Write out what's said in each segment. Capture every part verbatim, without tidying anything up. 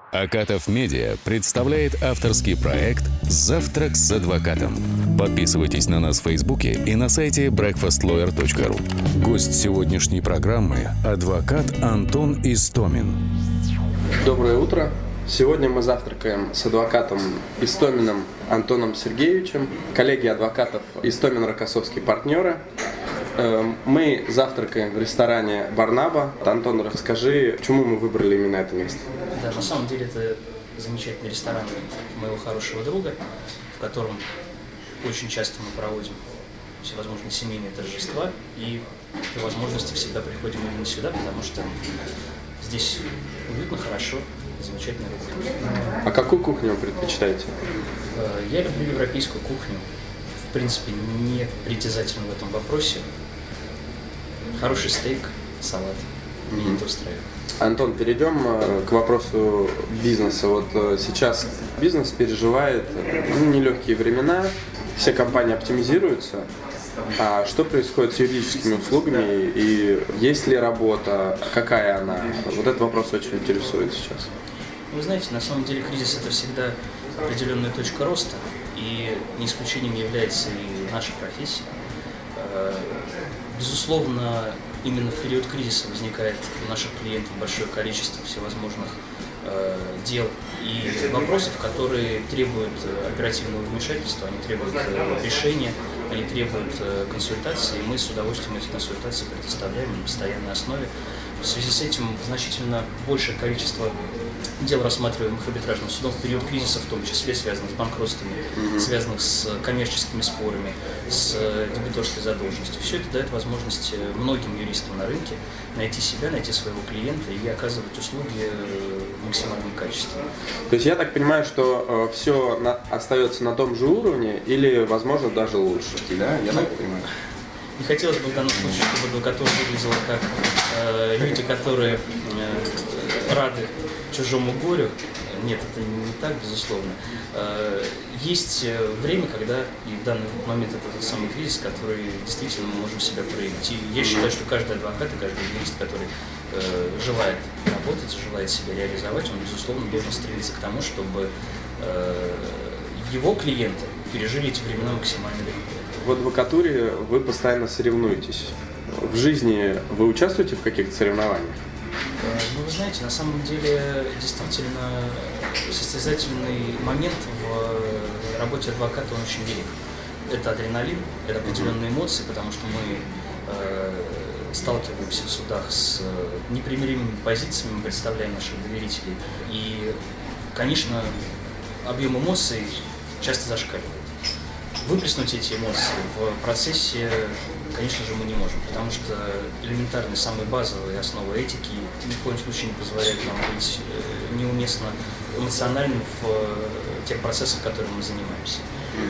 Акатов Медиа представляет авторский проект «Завтрак с адвокатом». Подписывайтесь на нас в Фейсбуке и на сайте брекфаст лояр точка ру. Гость сегодняшней программы – адвокат Антон Истомин. Доброе утро. Сегодня мы завтракаем с адвокатом Истоминым Антоном Сергеевичем, коллеги адвокатов Истомин-Рокоссовский партнеры. Мы завтракаем в ресторане «Барнаба». Антон, расскажи, почему мы выбрали именно это место? Да, на самом деле это замечательный ресторан моего хорошего друга, в котором очень часто мы проводим всевозможные семейные торжества, и по возможности всегда приходим именно сюда, потому что здесь уютно, хорошо, замечательная кухня. А какую кухню вы предпочитаете? Я люблю европейскую кухню. В принципе, не притязательно в этом вопросе. Хороший стейк, салат. Меня это устраивает. Антон, перейдем к вопросу бизнеса. Вот сейчас бизнес переживает ну, нелегкие времена, все компании оптимизируются. А что происходит с юридическими услугами и есть ли работа, какая она? Вот этот вопрос очень интересует сейчас. Вы знаете, на самом деле кризис – это всегда определенная точка роста, и не исключением является и наша профессия. Безусловно, именно в период кризиса возникает у наших клиентов большое количество всевозможных э, дел и вопросов, которые требуют оперативного вмешательства, они требуют э, решения, они требуют э, консультации, и мы с удовольствием эти консультации предоставляем на постоянной основе. В связи с этим значительно большее количество дел, рассматриваемых арбитражным судом в период кризиса, в том числе связанных с банкротствами, mm-hmm. связанных с коммерческими спорами, с дебиторской задолженностью. Все это дает возможность многим юристам на рынке найти себя, найти своего клиента и оказывать услуги максимально качественные. То есть я так понимаю, что э, все на, остается на том же уровне или, возможно, даже лучше? Да, я ну, так понимаю. Не хотелось бы в данном случае, чтобы адвокатура выглядела как э, люди, которые э, рады чужому горю. Нет, это не так, безусловно. Э, есть время, когда, и в данный момент это тот самый кризис, который действительно мы можем себя проявить. И я считаю, что каждый адвокат и каждый юрист, который э, желает работать, желает себя реализовать, он, безусловно, должен стремиться к тому, чтобы э, его клиенты пережили эти времена максимально легко. В адвокатуре вы постоянно соревнуетесь. В жизни вы участвуете в каких-то соревнованиях? Ну, вы знаете, на самом деле, действительно, состязательный момент в работе адвоката, он очень велик. Это адреналин, это определенные эмоции, потому что мы э, сталкиваемся в судах с непримиримыми позициями, мы представляем наших доверителей. И, конечно, объем эмоций часто зашкаливает. Выплеснуть эти эмоции в процессе, конечно же, мы не можем, потому что элементарные, самые базовые основы этики ни в коем случае не позволяют нам быть неуместно эмоциональным в тех процессах, которыми мы занимаемся.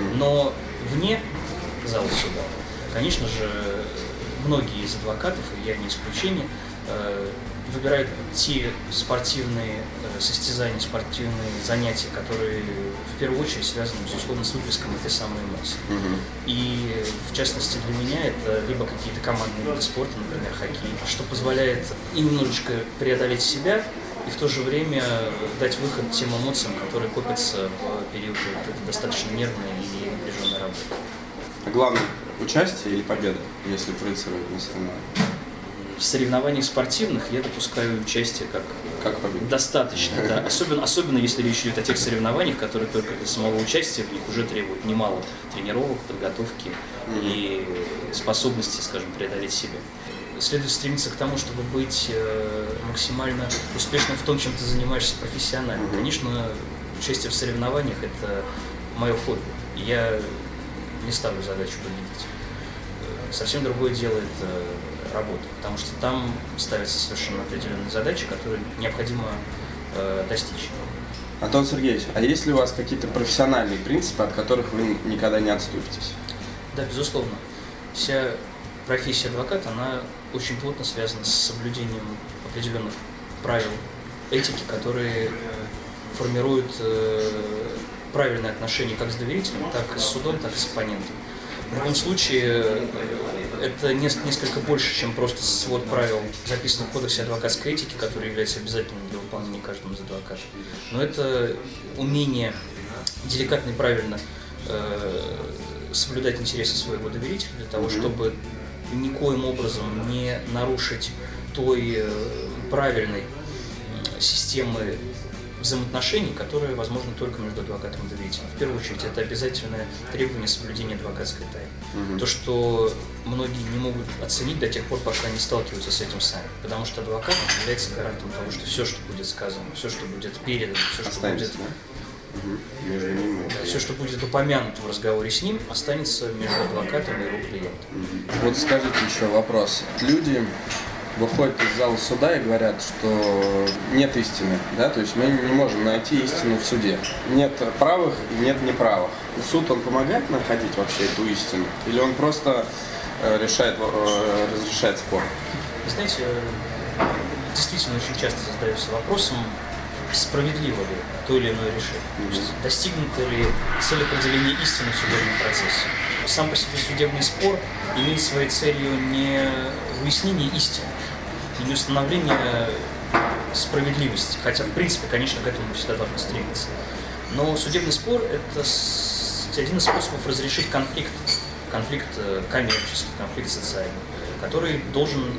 Но вне зала суда, конечно же, многие из адвокатов, и я не исключение, выбирают те спортивные состязания, спортивные занятия, которые в первую очередь связаны, безусловно, с выплеском этой самой эмоции. Mm-hmm. И, в частности, для меня это либо какие-то командные виды спорта, например, хоккей, что позволяет и немножечко преодолеть себя, и в то же время дать выход тем эмоциям, которые копятся в период вот, достаточно нервной и напряженной работы. А главное, участие или победа, если проецировать на соревнования? В соревнованиях спортивных я допускаю участие как, как достаточно, да. Особенно, особенно если речь идет о тех соревнованиях, которые только для самого участия в них уже требуют немало тренировок, подготовки mm-hmm. и способности, скажем, преодолеть себя. Следует стремиться к тому, чтобы быть максимально успешным в том, чем ты занимаешься профессионально. Mm-hmm. Конечно, участие в соревнованиях – это мое хобби. Я не ставлю задачу победить. Совсем другое дело – это работа, потому что там ставятся совершенно определенные задачи, которые необходимо э, достичь. Антон Сергеевич, а есть ли у вас какие-то профессиональные принципы, от которых вы никогда не отступитесь? Да, безусловно. Вся профессия адвоката, она очень плотно связана с соблюдением определенных правил этики, которые формируют э, правильное отношение как с доверителем, так и с судом, так и с оппонентом. В любом случае, это несколько больше, чем просто свод правил, записанных в Кодексе адвокатской этики, который является обязательным для выполнения каждым из адвокатов. Но это умение деликатно и правильно э, соблюдать интересы своего доверителя для того, чтобы никоим образом не нарушить той э, правильной системы взаимоотношений, которые возможны только между адвокатом и доверителем. В первую очередь, это обязательное требование соблюдения адвокатской тайны. Mm-hmm. То, что многие не могут оценить до тех пор, пока не сталкиваются с этим сами. Потому что адвокат является гарантом того, что все, что будет сказано, все, что будет передано, все, что останется, будет... Да? Угу. Между ним и... Да, все, что будет упомянуто в разговоре с ним, останется между адвокатом и его клиентом. Mm-hmm. Вот скажите еще вопрос. Люди выходят из зала суда и говорят, что нет истины, да, то есть мы не можем найти истину в суде. Нет правых и нет неправых. Суд, он помогает находить вообще эту истину? Или он просто э, решает, э, разрешает спор? Вы знаете, действительно очень часто задаются вопросом, справедливо ли то или иное решение. Mm-hmm. То есть достигнуто ли цель определения истины в судебном процессе. Сам по себе судебный спор имеет своей целью не выяснение истины и не установление справедливости, хотя, в принципе, конечно, к этому мы всегда должны стремиться. Но судебный спор – это один из способов разрешить конфликт, конфликт коммерческий, конфликт социальный, который должен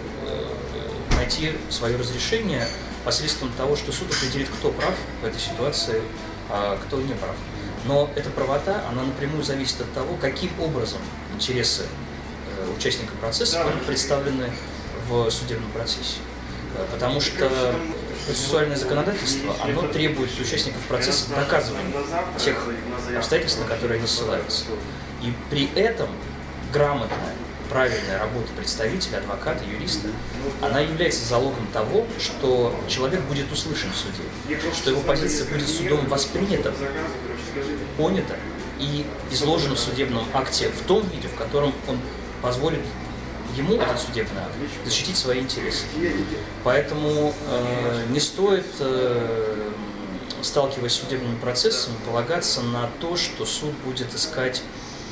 найти свое разрешение посредством того, что суд определит, кто прав в этой ситуации, а кто не прав. Но эта правота, она напрямую зависит от того, каким образом интересы э, участника процесса будут представлены в судебном процессе. Потому что процессуальное законодательство, оно требует от участников процесса доказывания тех обстоятельств, на которые они ссылаются. И при этом грамотная, правильная работа представителя, адвоката, юриста, она является залогом того, что человек будет услышан в суде, что его позиция будет судом воспринята, понято и изложено в судебном акте в том виде, в котором он позволит ему, этот судебный акт, защитить свои интересы. Поэтому э, не стоит, э, сталкиваясь с судебными процессами, полагаться на то, что суд будет искать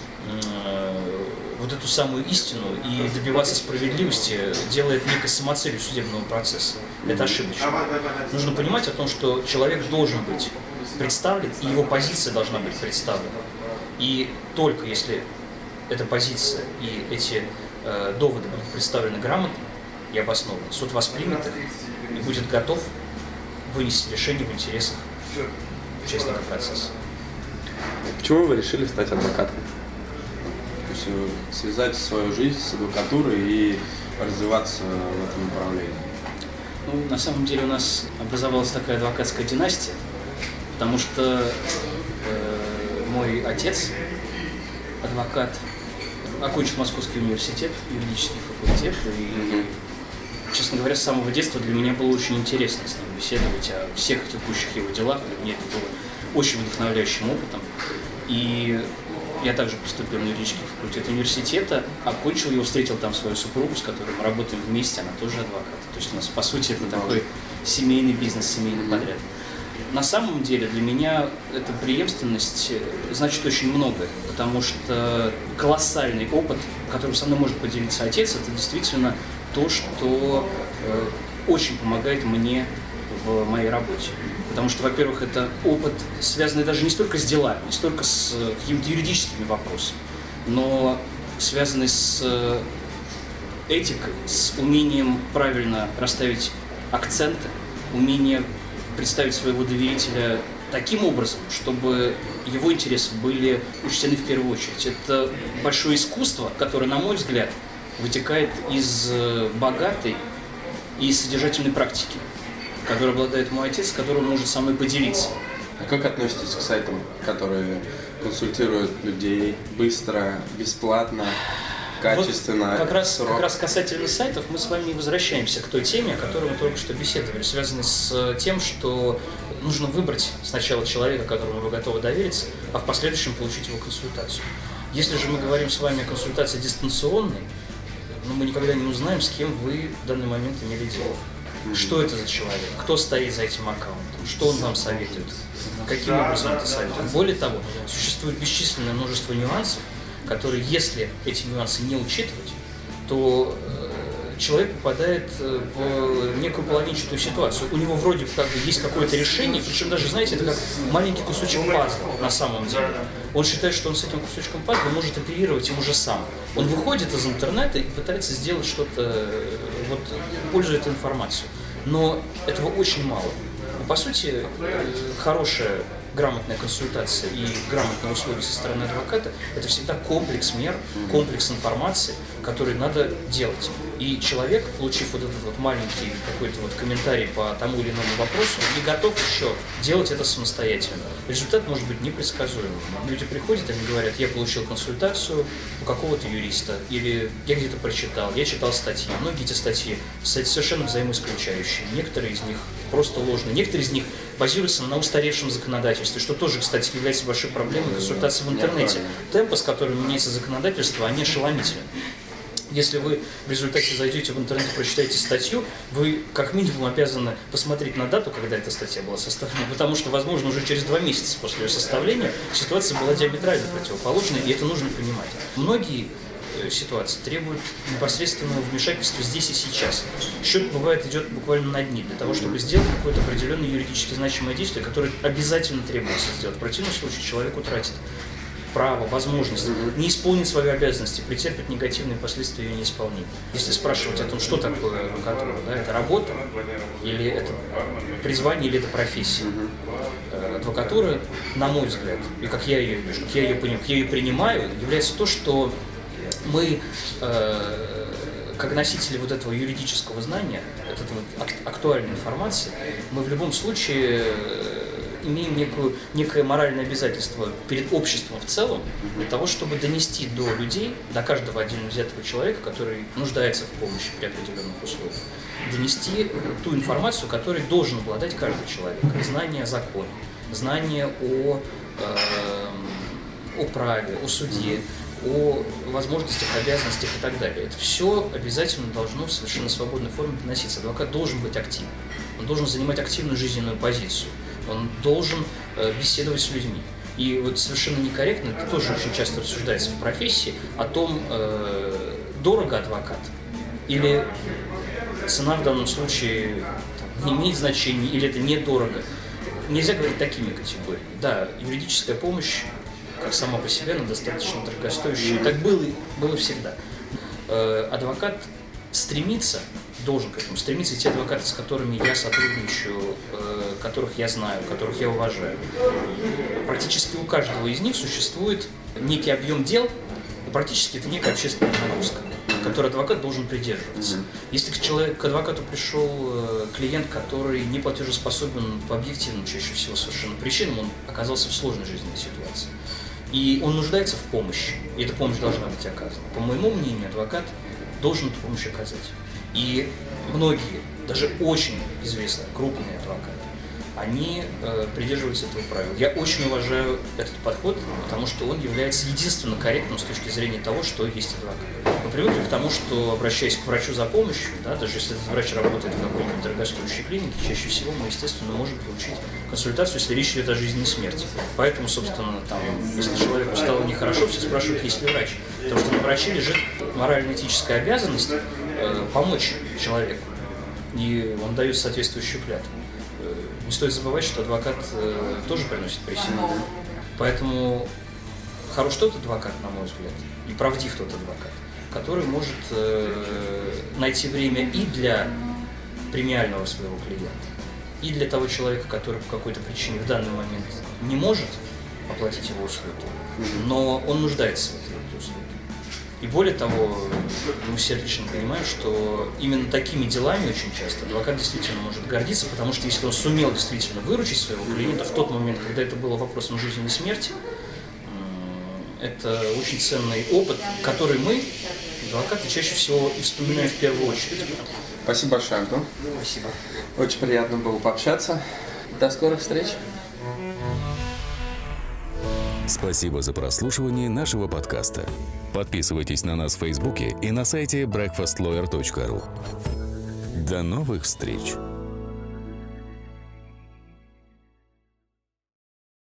э, вот эту самую истину и добиваться справедливости, делает некой самоцелью судебного процесса. Это ошибочно. Нужно понимать о том, что человек должен быть представлен, и его позиция должна быть представлена. И только если эта позиция и эти э, доводы будут представлены грамотно и обоснованно, суд воспримет их и будет готов вынести решение в интересах участников процесса. Почему вы решили стать адвокатом? То есть связать свою жизнь с адвокатурой и развиваться в этом направлении? Ну, на самом деле у нас образовалась такая адвокатская династия, потому что э, мой отец, адвокат, окончил Московский университет, юридический факультет, и, честно говоря, с самого детства для меня было очень интересно с ним беседовать о всех текущих его делах. Для меня это было очень вдохновляющим опытом. И я также поступил на юридический факультет университета, окончил его, встретил там свою супругу, с которой мы работаем вместе, она тоже адвокат. То есть у нас, по сути, это такой семейный бизнес, семейный подряд. На самом деле для меня эта преемственность значит очень многое, потому что колоссальный опыт, которым со мной может поделиться отец, это действительно то, что э, очень помогает мне в моей работе. Потому что, во-первых, это опыт, связанный даже не столько с делами, не столько с какими-то юридическими вопросами, но связанный с этикой, с умением правильно расставить акценты, умением представить своего доверителя таким образом, чтобы его интересы были учтены в первую очередь. Это большое искусство, которое, на мой взгляд, вытекает из богатой и содержательной практики, которой обладает мой отец, которым может со мной поделиться. А как относитесь к сайтам, которые консультируют людей быстро, бесплатно, качественно? Вот как, раз, как раз касательно сайтов мы с вами возвращаемся к той теме, о которой мы только что беседовали, связанной с тем, что нужно выбрать сначала человека, которому вы готовы довериться, а в последующем получить его консультацию. Если же мы говорим с вами о консультации дистанционной, ну, мы никогда не узнаем, с кем вы в данный момент имели дело. Что это за человек? Кто стоит за этим аккаунтом? Что он вам советует? Каким образом это советует? Более того, существует бесчисленное множество нюансов, которые, если эти нюансы не учитывать, то человек попадает в некую половинчатую ситуацию. У него вроде как бы есть какое-то решение, причем даже, знаете, это как маленький кусочек пазла на самом деле. Он считает, что он с этим кусочком пазла может оперировать им уже сам. Он выходит из интернета и пытается сделать что-то, вот, пользуя эту информацию. Но этого очень мало. По сути, хорошая, грамотная консультация и грамотные условия со стороны адвоката – это всегда комплекс мер, комплекс информации, который надо делать. И человек, получив вот этот вот маленький какой-то вот комментарий по тому или иному вопросу, не готов еще делать это самостоятельно. Результат может быть непредсказуемым. Люди приходят, они говорят: я получил консультацию у какого-то юриста, или я где-то прочитал, я читал статьи. Многие эти статьи совершенно взаимоисключающие. Некоторые из них просто ложные, некоторые из них базируются на устаревшем законодательстве, что тоже, кстати, является большой проблемой консультации в интернете. Темпы, с которыми меняется законодательство, они ошеломительны. Если вы в результате зайдете в интернет и прочитаете статью, вы как минимум обязаны посмотреть на дату, когда эта статья была составлена, потому что, возможно, уже через два месяца после ее составления ситуация была диаметрально противоположной, и это нужно понимать. Многие ситуации требуют непосредственного вмешательства здесь и сейчас. Счет, бывает, идет буквально на дни для того, чтобы сделать какое-то определенное юридически значимое действие, которое обязательно требуется сделать. В противном случае человек утратит право, возможность не исполнить свои обязанности, претерпит негативные последствия ее неисполнения. Если спрашивать о том, что такое адвокатура, да, это работа, или это призвание, или это профессия. Адвокатура, на мой взгляд, и как я ее вижу, как я ее понимаю, как я ее принимаю, является то, что мы, э, как носители вот этого юридического знания, этой вот актуальной информации, мы в любом случае имеем некую, некое моральное обязательство перед обществом в целом для того, чтобы донести до людей, до каждого отдельно взятого человека, который нуждается в помощи при определенных условиях, донести ту информацию, которой должен обладать каждый человек. Знание о законе, знание о, э, о праве, о суде, о возможностях, обязанностях и так далее. Это все обязательно должно в совершенно свободной форме доноситься. Адвокат должен быть активным, он должен занимать активную жизненную позицию, он должен э, беседовать с людьми. И вот совершенно некорректно, это тоже очень часто рассуждается в профессии, о том, э, дорого адвокат или цена в данном случае там, не имеет значения, или это недорого. Нельзя говорить такими категориями. Да, юридическая помощь, как сама по себе, она достаточно дорогостоящая. Так было, было всегда. Э, адвокат стремится, должен к этому стремиться, и те адвокаты, с которыми я сотрудничаю, э, которых я знаю, которых я уважаю. Практически у каждого из них существует некий объем дел, и практически это некая общественная нагрузка, которой адвокат должен придерживаться. Mm-hmm. Если к, человеку, к адвокату пришел э, клиент, который не платежеспособен по объективным, чаще всего совершенно причинам, он оказался в сложной жизненной ситуации. И он нуждается в помощи, и эта помощь должна быть оказана. По моему мнению, адвокат должен эту помощь оказать. И многие, даже очень известные, крупные адвокаты, они э, придерживаются этого правила. Я очень уважаю этот подход, потому что он является единственно корректным с точки зрения того, что есть адвокат. Мы привыкли к тому, что, обращаясь к врачу за помощью, да, даже если этот врач работает в какой-нибудь дорогостоящей клинике, чаще всего мы, естественно, можем получить консультацию, если речь идет о жизни и смерти. Поэтому, собственно, там, если человеку стало нехорошо, все спрашивают, есть ли врач. Потому что на враче лежит морально-этическая обязанность э, помочь человеку, и он дает соответствующую клятву. Не стоит забывать, что адвокат э, тоже приносит присягу. Поэтому хорош тот адвокат, на мой взгляд, и правдив тот адвокат, который может э, найти время и для премиального своего клиента, и для того человека, который по какой-то причине в данный момент не может оплатить его услуги, но он нуждается в этой услуге. И более того, мы все отлично понимаем, что именно такими делами очень часто адвокат действительно может гордиться, потому что если он сумел действительно выручить своего клиента в тот момент, когда это было вопросом жизни и смерти, это очень ценный опыт, который мы, адвокаты, чаще всего и вспоминаем в первую очередь. Спасибо большое, Антон. Спасибо. Очень приятно было пообщаться. До скорых встреч. Спасибо за прослушивание нашего подкаста. Подписывайтесь на нас в Фейсбуке и на сайте брекфаст лояр точка ру. До новых встреч!